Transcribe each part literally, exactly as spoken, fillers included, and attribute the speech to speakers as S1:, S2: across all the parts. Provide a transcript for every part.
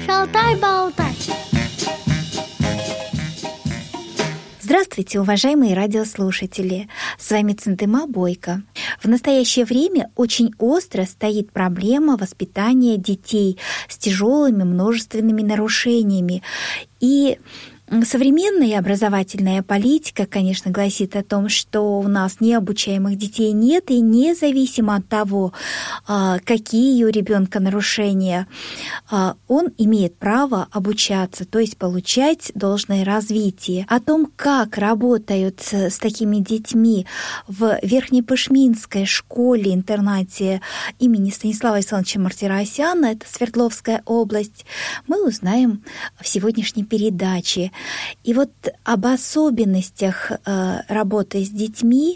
S1: Шалтай-болтай.
S2: Здравствуйте, уважаемые радиослушатели! С вами Центыма Бойко. В настоящее время очень остро стоит проблема воспитания детей с тяжелыми множественными нарушениями. И современная образовательная политика, конечно, гласит о том, что у нас необучаемых детей нет, и независимо от того, какие у ребенка нарушения, он имеет право обучаться, то есть получать должное развитие. О том, как работают с такими детьми в Верхнепышминской школе-интернате имени Станислава Александровича Мартиросяна, это Свердловская область, мы узнаем в сегодняшней передаче. И вот об особенностях э, работы с детьми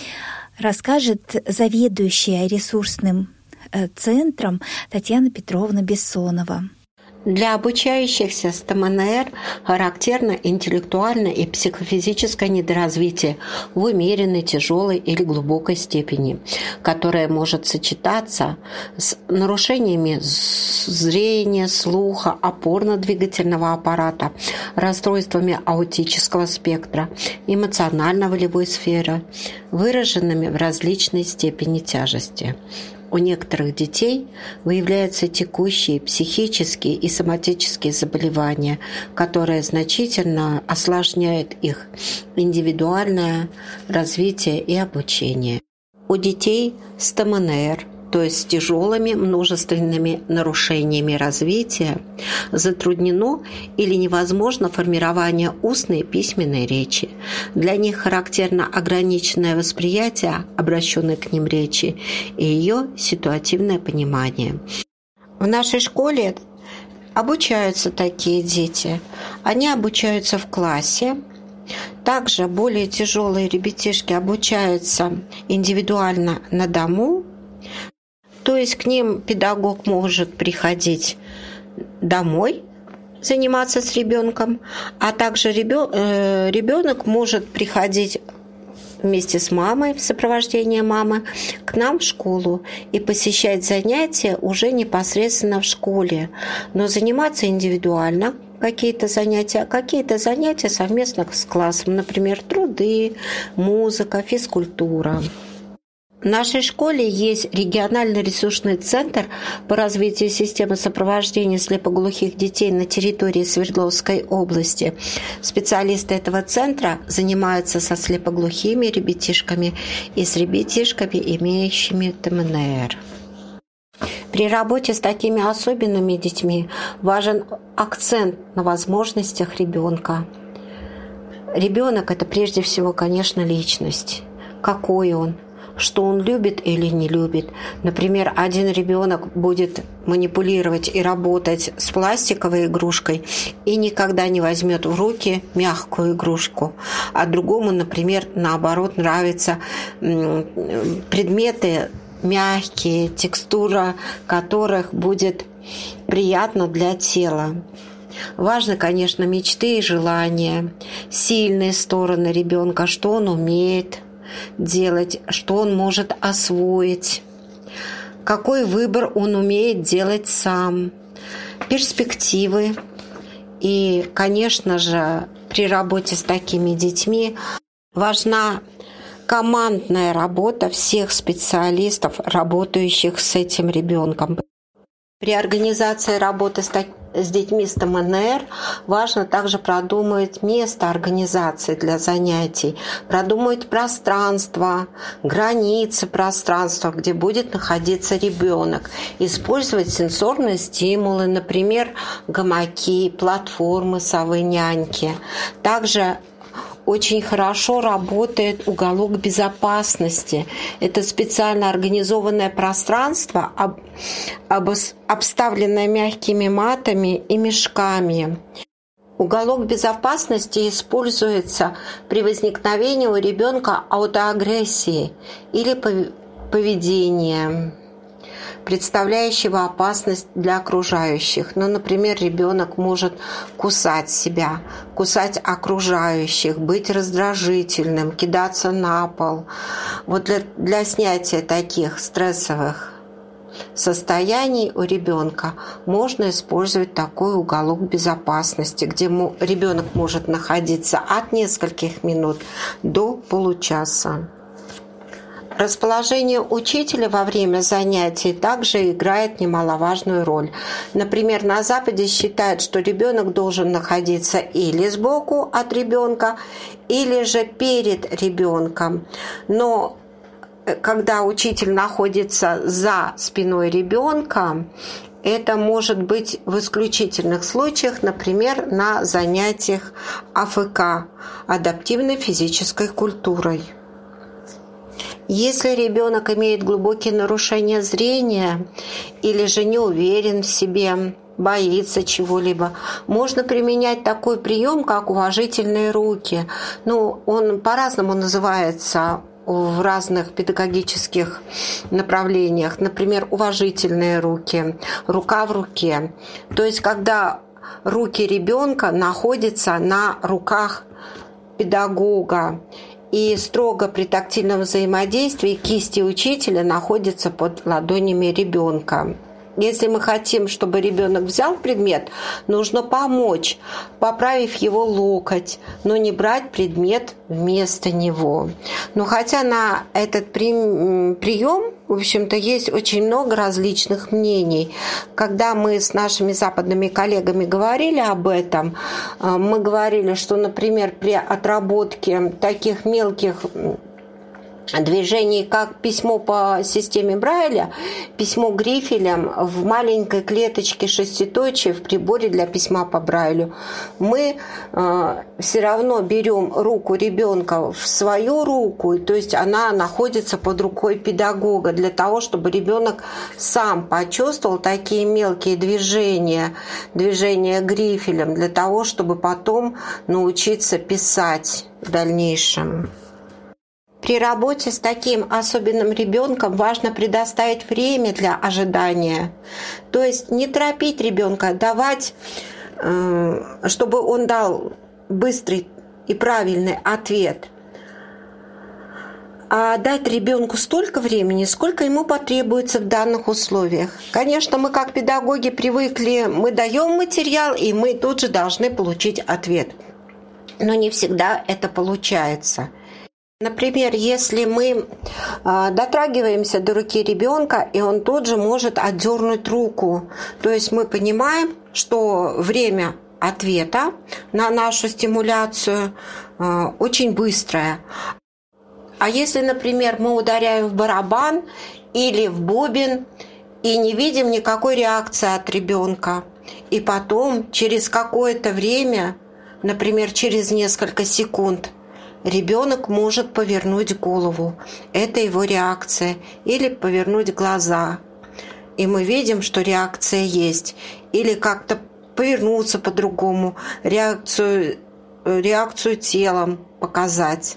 S2: расскажет заведующая ресурсным э, центром Татьяна Петровна Бессонова.
S3: Для обучающихся с Тэ Эм Эн Эр характерно интеллектуальное и психофизическое недоразвитие в умеренной, тяжелой или глубокой степени, которое может сочетаться с нарушениями зрения, слуха, опорно-двигательного аппарата, расстройствами аутического спектра, эмоционально-волевой сферы, выраженными в различной степени тяжести. У некоторых детей выявляются текущие психические и соматические заболевания, которые значительно осложняют их индивидуальное развитие и обучение. У детей с Тэ Эм Эн Эр, то есть с тяжелыми множественными нарушениями развития, затруднено или невозможно формирование устной и письменной речи. Для них характерно ограниченное восприятие обращенной к ним речи и ее ситуативное понимание. В нашей школе обучаются такие дети. Они обучаются в классе. Также более тяжелые ребятишки обучаются индивидуально на дому. То есть к ним педагог может приходить домой, заниматься с ребенком, а также ребенок может приходить вместе с мамой, в сопровождении мамы, к нам в школу и посещать занятия уже непосредственно в школе, но заниматься индивидуально, какие-то занятия, какие-то занятия совместно с классом, например, труды, музыка, физкультура. В нашей школе есть региональный ресурсный центр по развитию системы сопровождения слепоглухих детей на территории Свердловской области. Специалисты этого центра занимаются со слепоглухими ребятишками и с ребятишками, имеющими Тэ Эм Эн Эр. При работе с такими особенными детьми важен акцент на возможностях ребенка. Ребенок – это прежде всего, конечно, личность. Какой он? Что он любит или не любит. Например, один ребенок будет манипулировать и работать с пластиковой игрушкой и никогда не возьмет в руки мягкую игрушку, а другому, например, наоборот, нравятся предметы мягкие, текстура которых будет приятна для тела. Важны, конечно, мечты и желания, сильные стороны ребенка, что он умеет делать, что он может освоить, какой выбор он умеет делать сам, перспективы. И, конечно же, при работе с такими детьми важна командная работа всех специалистов, работающих с этим ребенком. При организации работы с, так... с детьми с Тэ Эм Эн Эр важно также продумать место организации для занятий, продумать пространство, границы пространства, где будет находиться ребенок, использовать сенсорные стимулы, например, гамаки, платформы совы-няньки. Также очень хорошо работает уголок безопасности. Это специально организованное пространство, об, об, обставленное мягкими матами и мешками. Уголок безопасности используется при возникновении у ребенка аутоагрессии или поведения, представляющего опасность для окружающих. Ну, например, ребенок может кусать себя, кусать окружающих, быть раздражительным, кидаться на пол. Вот для, для снятия таких стрессовых состоянии у ребенка можно использовать такой уголок безопасности, где ребенок может находиться от нескольких минут до получаса. Расположение учителя во время занятий также играет немаловажную роль. Например, на Западе считают, что ребенок должен находиться или сбоку от ребенка, или же перед ребенком. Но когда учитель находится за спиной ребенка, это может быть в исключительных случаях, например, на занятиях А Ф К – адаптивной физической культурой. Если ребенок имеет глубокие нарушения зрения или же не уверен в себе, боится чего-либо, можно применять такой прием, как уважительные руки. Ну, он по-разному называется в разных педагогических направлениях. Например, уважительные руки, рука в руке. То есть, когда руки ребенка находятся на руках педагога, и строго при тактильном взаимодействии кисти учителя находятся под ладонями ребенка. Если мы хотим, чтобы ребенок взял предмет, нужно помочь, поправив его локоть, но не брать предмет вместо него. Но хотя на этот прием, в общем-то, есть очень много различных мнений. Когда мы с нашими западными коллегами говорили об этом, мы говорили, что, например, при отработке таких мелких движений, как письмо по системе Брайля, письмо грифелем в маленькой клеточке шеститочия в приборе для письма по Брайлю, мы э, все равно берем руку ребенка в свою руку, то есть она находится под рукой педагога для того, чтобы ребенок сам почувствовал такие мелкие движения, движения грифелем, для того, чтобы потом научиться писать в дальнейшем. При работе с таким особенным ребенком важно предоставить время для ожидания. То есть не торопить ребенка, давать, чтобы он дал быстрый и правильный ответ, а дать ребенку столько времени, сколько ему потребуется в данных условиях. Конечно, мы как педагоги привыкли, мы даем материал, и мы тут же должны получить ответ. Но не всегда это получается. Например, если мы дотрагиваемся до руки ребенка, и он тут же может отдернуть руку, то есть мы понимаем, что время ответа на нашу стимуляцию очень быстрое. А если, например, мы ударяем в барабан или в бубен и не видим никакой реакции от ребенка, и потом через какое-то время, например, через несколько секунд, ребенок может повернуть голову. Это его реакция. Или повернуть глаза. И мы видим, что реакция есть. Или как-то повернуться по-другому. Реакцию, реакцию телом показать.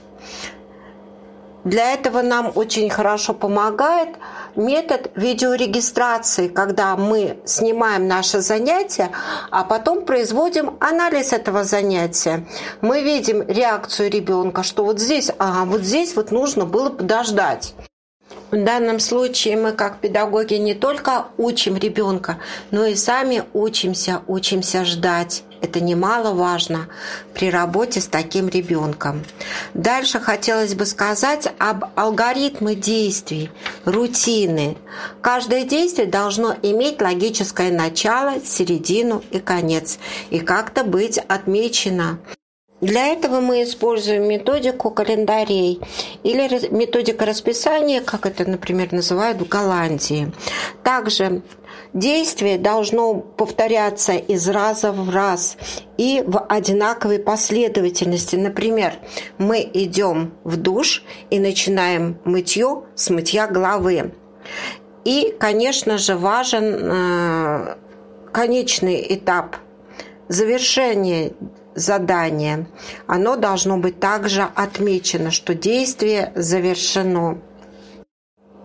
S3: Для этого нам очень хорошо помогает метод видеорегистрации, когда мы снимаем наше занятие, а потом производим анализ этого занятия. Мы видим реакцию ребенка, что вот здесь, ага, вот здесь вот нужно было подождать. В данном случае мы, как педагоги, не только учим ребенка, но и сами учимся, учимся ждать. Это немаловажно при работе с таким ребенком. Дальше хотелось бы сказать об алгоритме действий, рутины. Каждое действие должно иметь логическое начало, середину и конец, и как-то быть отмечено. Для этого мы используем методику календарей или методика расписания, как это, например, называют в Голландии. Также действие должно повторяться из раза в раз и в одинаковой последовательности. Например, мы идем в душ и начинаем мытье с мытья головы. И, конечно же, важен конечный этап завершения задание. Оно должно быть также отмечено, что действие завершено.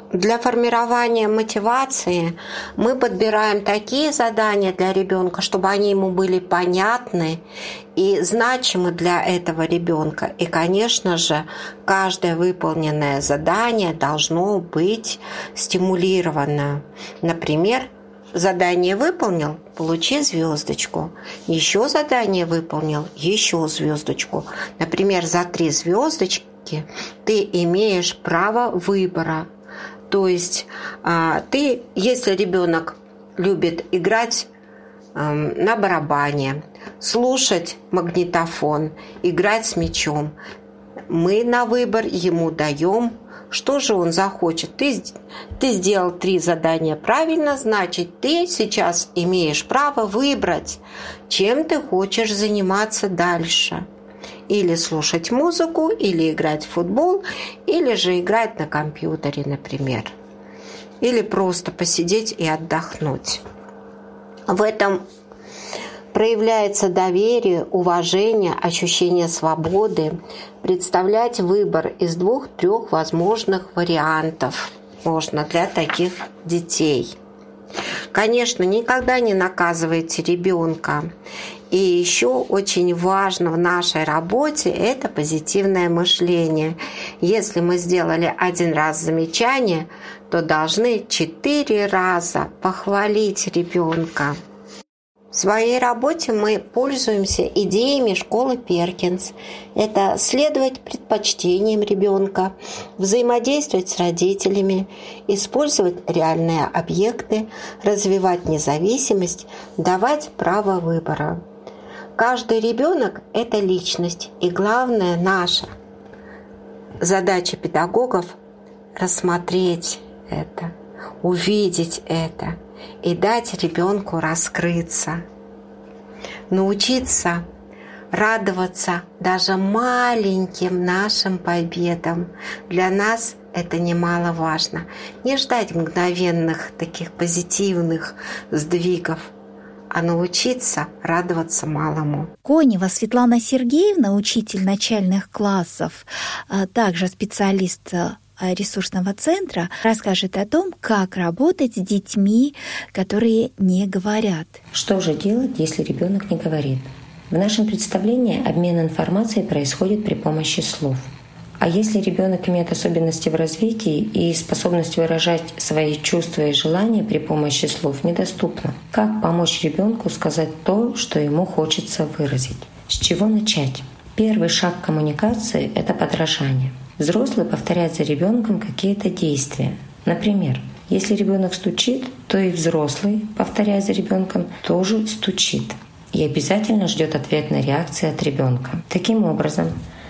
S3: Для формирования мотивации мы подбираем такие задания для ребенка, чтобы они ему были понятны и значимы для этого ребенка. И, конечно же, каждое выполненное задание должно быть стимулировано. Например, задание выполнил – получи звездочку. Еще задание выполнил – еще звездочку. Например, за три звездочки ты имеешь право выбора. То есть ты, если ребенок любит играть на барабане, слушать магнитофон, играть с мячом, мы на выбор ему даем, что же он захочет. Ты, ты сделал три задания правильно, значит, ты сейчас имеешь право выбрать, чем ты хочешь заниматься дальше. Или слушать музыку, или играть в футбол, или же играть на компьютере, например. Или просто посидеть и отдохнуть. В этом проявляется доверие, уважение, ощущение свободы, представлять выбор из двух-трех возможных вариантов можно для таких детей. Конечно, никогда не наказывайте ребенка. И еще очень важно в нашей работе – это позитивное мышление. Если мы сделали один раз замечание, то должны четыре раза похвалить ребенка. В своей работе мы пользуемся идеями школы Перкинс. Это следовать предпочтениям ребенка, взаимодействовать с родителями, использовать реальные объекты, развивать независимость, давать право выбора. Каждый ребенок – это личность, и главная наша задача педагогов – рассмотреть это, увидеть это и дать ребенку раскрыться, научиться радоваться даже маленьким нашим победам. Для нас это немаловажно. Не ждать мгновенных таких позитивных сдвигов, а научиться радоваться малому.
S2: Конева Светлана Сергеевна, учитель начальных классов, также специалист ресурсного центра, расскажет о том, как работать с детьми, которые не говорят.
S1: Что же делать, если ребенок не говорит? В нашем представлении обмен информацией происходит при помощи слов. А если ребенок имеет особенности в развитии и способность выражать свои чувства и желания при помощи слов недоступна, как помочь ребенку сказать то, что ему хочется выразить? С чего начать? Первый шаг коммуникации — это подражание. Взрослый повторяет за ребенком какие-то действия. Например, если ребенок стучит, то и взрослый, повторяя за ребенком, тоже стучит. И обязательно ждет ответной реакции от ребенка. Таким образом,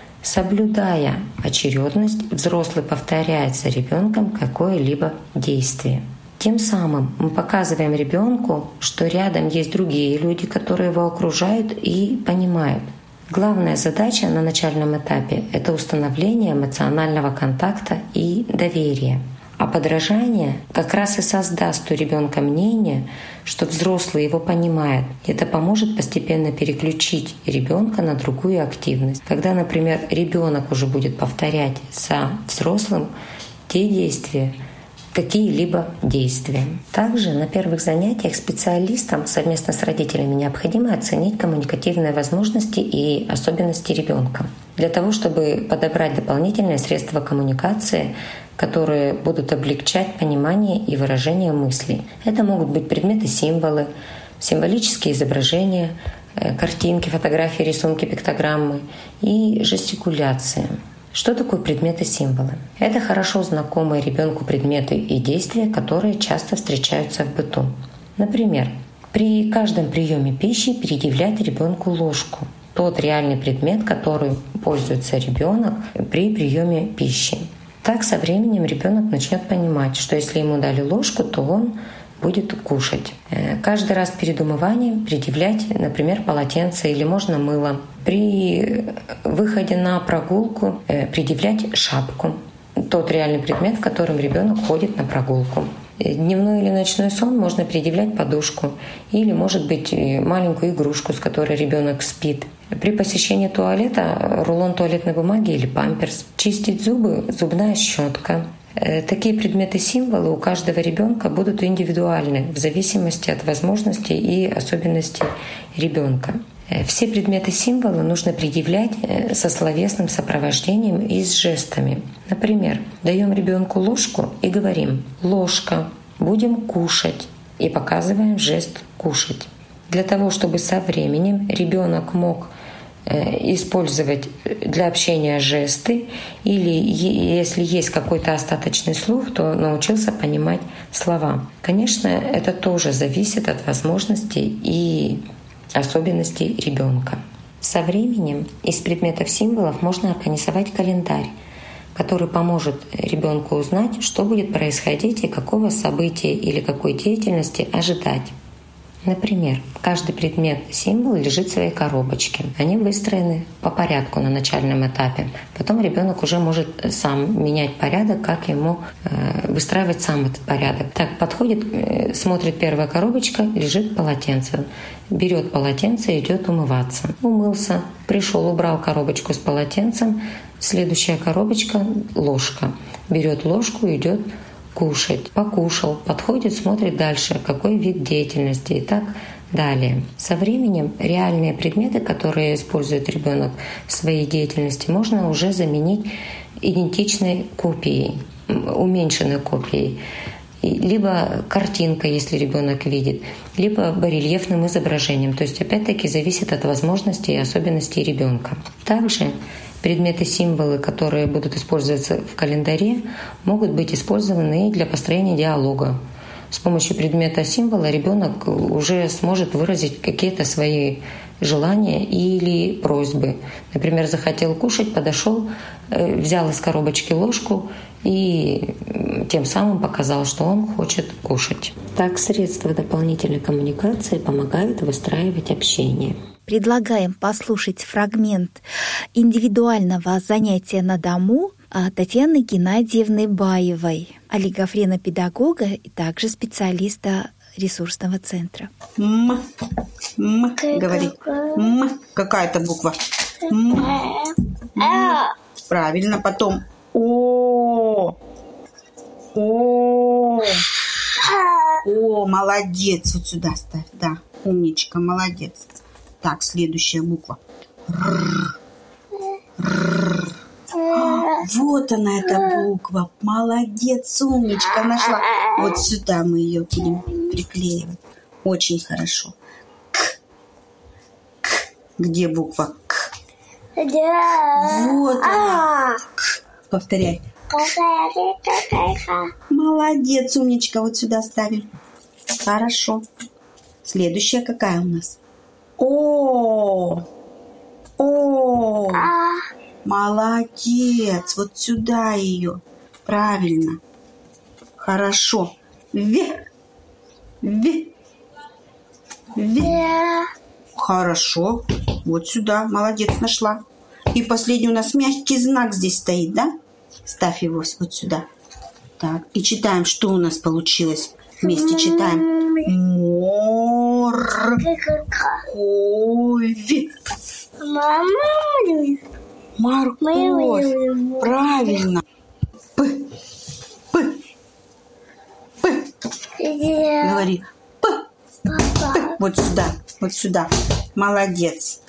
S1: соблюдая очередность, взрослый повторяет за ребенком какое-либо действие. Тем самым мы показываем ребенку, что рядом есть другие люди, которые его окружают и понимают. Главная задача на начальном этапе — это установление эмоционального контакта и доверия. А подражание как раз и создаст у ребенка мнение, что взрослый его понимает. Это поможет постепенно переключить ребенка на другую активность. Когда, например, ребенок уже будет повторять за взрослым те действия, какие-либо действия. Также на первых занятиях специалистам совместно с родителями необходимо оценить коммуникативные возможности и особенности ребенка для того, чтобы подобрать дополнительные средства коммуникации, которые будут облегчать понимание и выражение мыслей. Это могут быть предметы-символы, символические изображения, картинки, фотографии, рисунки, пиктограммы и жестикуляция. Что такое предметы-символы? Это хорошо знакомые ребенку предметы и действия, которые часто встречаются в быту. Например, при каждом приеме пищи предъявлять ребенку ложку. Тот реальный предмет, который пользуется ребенок при приеме пищи. Так со временем ребенок начнет понимать, что если ему дали ложку, то он будет кушать. Каждый раз перед умыванием предъявлять, например, полотенце или можно мыло. При выходе на прогулку предъявлять шапку. Тот реальный предмет, в котором ребенок ходит на прогулку. Дневной или ночной сон можно предъявлять подушку или, может быть, маленькую игрушку, с которой ребенок спит. При посещении туалета рулон туалетной бумаги или памперс. Чистить зубы — зубная щетка. Такие предметы-символы у каждого ребенка будут индивидуальны в зависимости от возможностей и особенностей ребенка. Все предметы-символы нужно предъявлять со словесным сопровождением и с жестами. Например, даем ребенку ложку и говорим «ложка, будем кушать» и показываем жест «кушать». Для того, чтобы со временем ребенок мог использовать для общения жесты, или если есть какой-то остаточный слух, то научился понимать слова. Конечно, это тоже зависит от возможностей и особенностей ребенка. Со временем из предметов символов можно организовать календарь, который поможет ребенку узнать, что будет происходить и какого события или какой деятельности ожидать. Например, каждый предмет-символ лежит в своей коробочке. Они выстроены по порядку на начальном этапе. Потом ребенок уже может сам менять порядок, как ему э, выстраивать сам этот порядок. Так, подходит, э, смотрит первая коробочка, лежит полотенце. Берет полотенце и идет умываться. Умылся, пришел, убрал коробочку с полотенцем. Следующая коробочка — ложка. Берет ложку и идет кушать. Покушал, подходит, смотрит дальше, какой вид деятельности и так далее. Со временем реальные предметы, которые использует ребенок в своей деятельности, можно уже заменить идентичной копией, уменьшенной копией. Либо картинка, если ребенок видит, либо барельефным изображением. То есть опять-таки зависит от возможностей и особенностей ребенка. Также предметы-символы, которые будут использоваться в календаре, могут быть использованы и для построения диалога. С помощью предмета-символа ребенок уже сможет выразить какие-то свои желания или просьбы. Например, захотел кушать, подошел, взял из коробочки ложку и тем самым показал, что он хочет кушать. Так средства дополнительной коммуникации помогают выстраивать общение.
S2: Предлагаем послушать фрагмент индивидуального занятия на дому Татьяны Геннадьевны Баевой, олигофрена-педагога и также специалиста ресурсного центра.
S4: М, м, говори. М, какая-то буква. М, м. Правильно, потом О. О. О, молодец. Вот сюда ставь. Да, умничка, молодец. Так, следующая буква. Р. Р. Вот она, эта буква. Молодец, умничка, нашла. Вот сюда мы ее будем приклеивать. Очень хорошо. К. К. Где буква К? Вот она. К. Повторяй. Молодец, умничка. Вот сюда ставим. Хорошо. Следующая какая у нас? О. О. Молодец. Вот сюда ее. Правильно. Хорошо. В. В. В. Хорошо. Вот сюда. Молодец, нашла. И последний у нас мягкий знак здесь стоит, да? Ставь его вот сюда. Так. И читаем, что у нас получилось. Вместе читаем. Морковь. Морковь. Правильно. П. П. П. Говори. П. П. Вот сюда. Вот сюда. Молодец.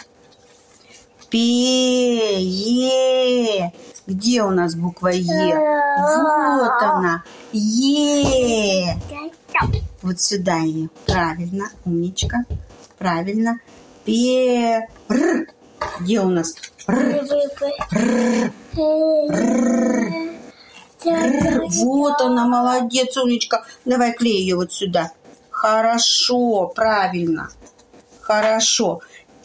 S4: Пе. Е. Где у нас буква Е? Вот она. Е. Вот сюда ее. Правильно. Умничка. Правильно. Пе. Р. Где у нас? Р. Р. Р. Р. Вот она, молодец, умничка. Давай клей ее вот сюда. Хорошо, правильно. Хорошо.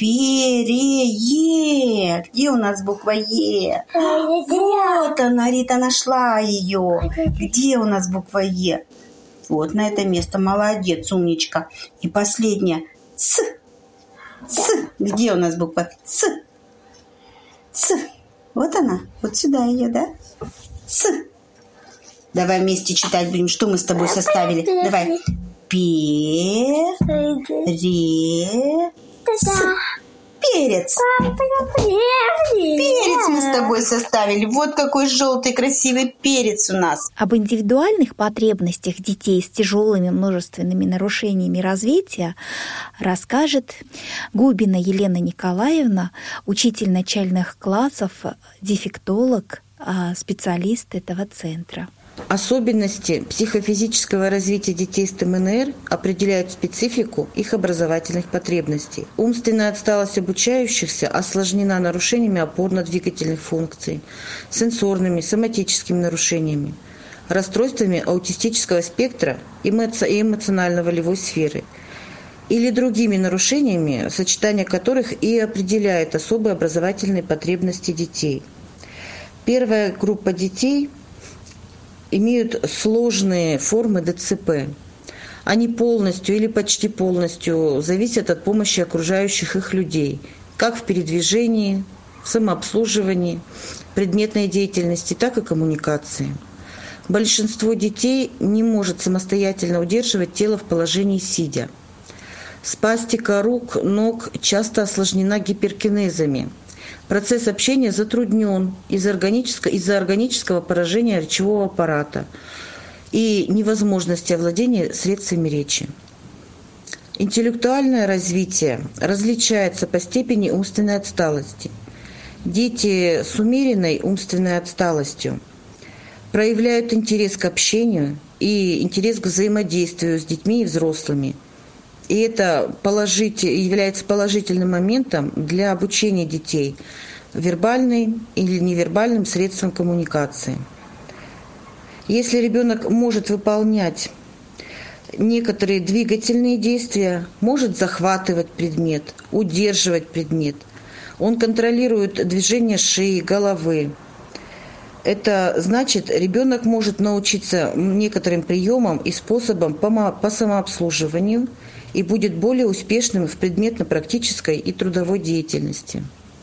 S4: Пере. Где у нас буква Е? Вот она, Рита нашла ее. Где у нас буква Е? Вот на это место. Молодец, умничка. И последняя. Ц. Ц. Где у нас буква Ц? Ц. Вот она. Вот сюда ее, да? Ц. Давай вместе читать будем, что мы с тобой составили. Давай. Пе. Ре. Ц. перец. Перец мы с тобой составили. Вот какой желтый красивый перец у нас.
S2: Об индивидуальных потребностях детей с тяжелыми множественными нарушениями развития расскажет Губина Елена Николаевна, учитель начальных классов, дефектолог, специалист этого центра.
S5: Особенности психофизического развития детей с ТМНР определяют специфику их образовательных потребностей. Умственная отсталость обучающихся осложнена нарушениями опорно-двигательных функций, сенсорными, соматическими нарушениями, расстройствами аутистического спектра и эмоционально-волевой сферы или другими нарушениями, сочетание которых и определяет особые образовательные потребности детей. Первая группа детей имеют сложные формы ДЦП. Они полностью или почти полностью зависят от помощи окружающих их людей, как в передвижении, в самообслуживании, предметной деятельности, так и коммуникации. Большинство детей не может самостоятельно удерживать тело в положении сидя. Спастика рук, ног часто осложнена гиперкинезами. Процесс общения затруднен из-за органического, из-за органического поражения речевого аппарата и невозможности овладения средствами речи. Интеллектуальное развитие различается по степени умственной отсталости. Дети с умеренной умственной отсталостью проявляют интерес к общению и интерес к взаимодействию с детьми и взрослыми. И это является положительным моментом для обучения детей вербальным или невербальным средствам коммуникации. Если ребенок может выполнять некоторые двигательные действия, может захватывать предмет, удерживать предмет, он контролирует движение шеи, головы. Это значит, ребенок может научиться некоторым приемам и способам по самообслуживанию и будет более успешным в предметно-практической и трудовой деятельности.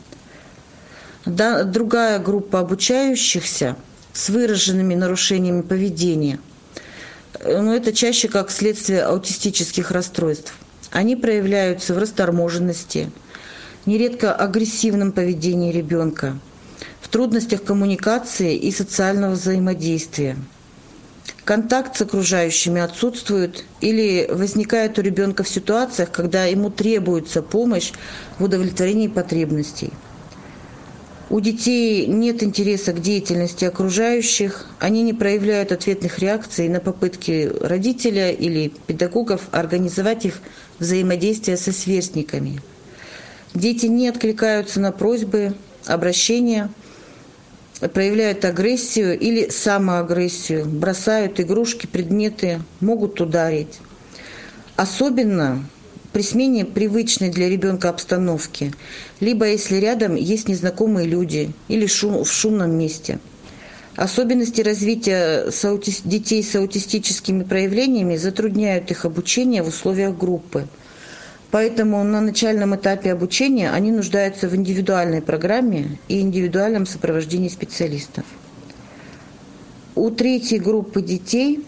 S5: Другая группа обучающихся с выраженными нарушениями поведения, но это чаще как следствие аутистических расстройств. Они проявляются в расторможенности, нередко агрессивном поведении ребенка, в трудностях коммуникации и социального взаимодействия. Контакт с окружающими отсутствует или возникает у ребенка в ситуациях, когда ему требуется помощь в удовлетворении потребностей. У детей нет интереса к деятельности окружающих, они не проявляют ответных реакций на попытки родителя или педагогов организовать их взаимодействие со сверстниками. Дети не откликаются на просьбы, обращения, проявляют агрессию или самоагрессию, бросают игрушки, предметы, могут ударить. Особенно при смене привычной для ребенка обстановки, либо если рядом есть незнакомые люди или шум, в шумном месте. Особенности развития детей с аутистическими проявлениями затрудняют их обучение в условиях группы. Поэтому на начальном этапе обучения они нуждаются в индивидуальной программе и индивидуальном сопровождении специалистов. У третьей группы детей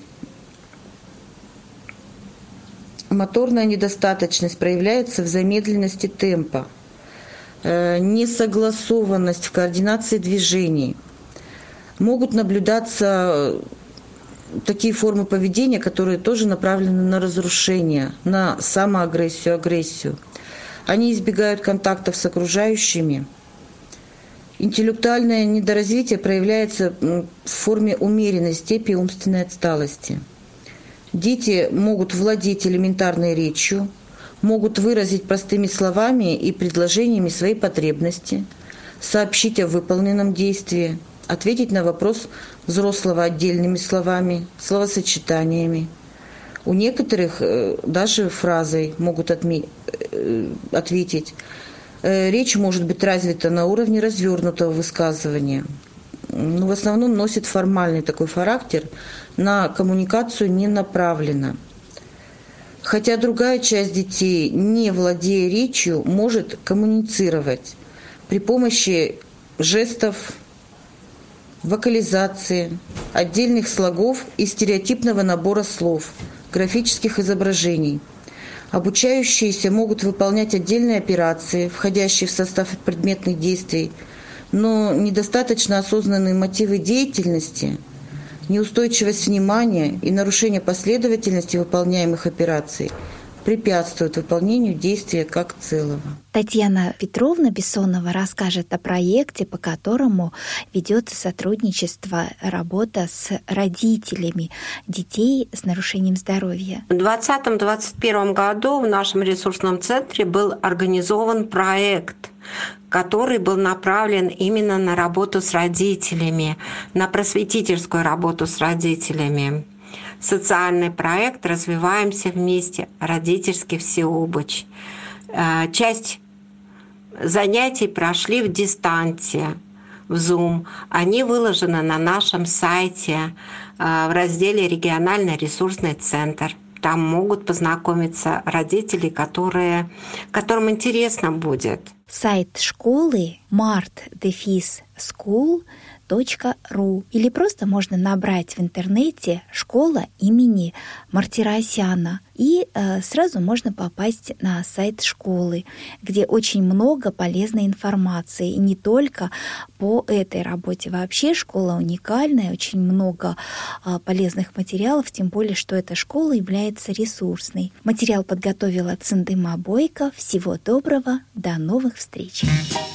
S5: моторная недостаточность проявляется в замедленности темпа, несогласованность в координации движений. Могут наблюдаться такие формы поведения, которые тоже направлены на разрушение, на самоагрессию, агрессию. Они избегают контактов с окружающими. Интеллектуальное недоразвитие проявляется в форме умеренной степени умственной отсталости. Дети могут владеть элементарной речью, могут выразить простыми словами и предложениями свои потребности, сообщить о выполненном действии, ответить на вопрос взрослого отдельными словами, словосочетаниями. У некоторых даже фразой могут отме- ответить. Речь может быть развита на уровне развернутого высказывания, но в основном носит формальный такой характер, на коммуникацию не направлена. Хотя другая часть детей, не владея речью, может коммуницировать при помощи жестов, вокализации, отдельных слогов и стереотипного набора слов, графических изображений. Обучающиеся могут выполнять отдельные операции, входящие в состав предметных действий, но недостаточно осознанные мотивы деятельности, неустойчивость внимания и нарушение последовательности выполняемых операций препятствуют выполнению действия как целого.
S2: Татьяна Петровна Бессонова расскажет о проекте, по которому ведется сотрудничество, работа с родителями детей с нарушением здоровья.
S3: В двадцатом — двадцать первом году в нашем ресурсном центре был организован проект, который был направлен именно на работу с родителями, на просветительскую работу с родителями. Социальный проект «Развиваемся вместе. Родительский всеобыч». Часть занятий прошли в дистанте, в Zoom. Они выложены на нашем сайте в разделе «Региональный ресурсный центр». Там могут познакомиться родители, которые, которым интересно будет.
S2: Сайт школы март дефис скул точка ру или просто можно набрать в интернете «Школа имени Мартиросяна», и э, сразу можно попасть на сайт школы, где очень много полезной информации, и не только по этой работе. Вообще школа уникальная, очень много э, полезных материалов, тем более, что эта школа является ресурсной. Материал подготовила Цындыма Бойко. Всего доброго, до новых встреч!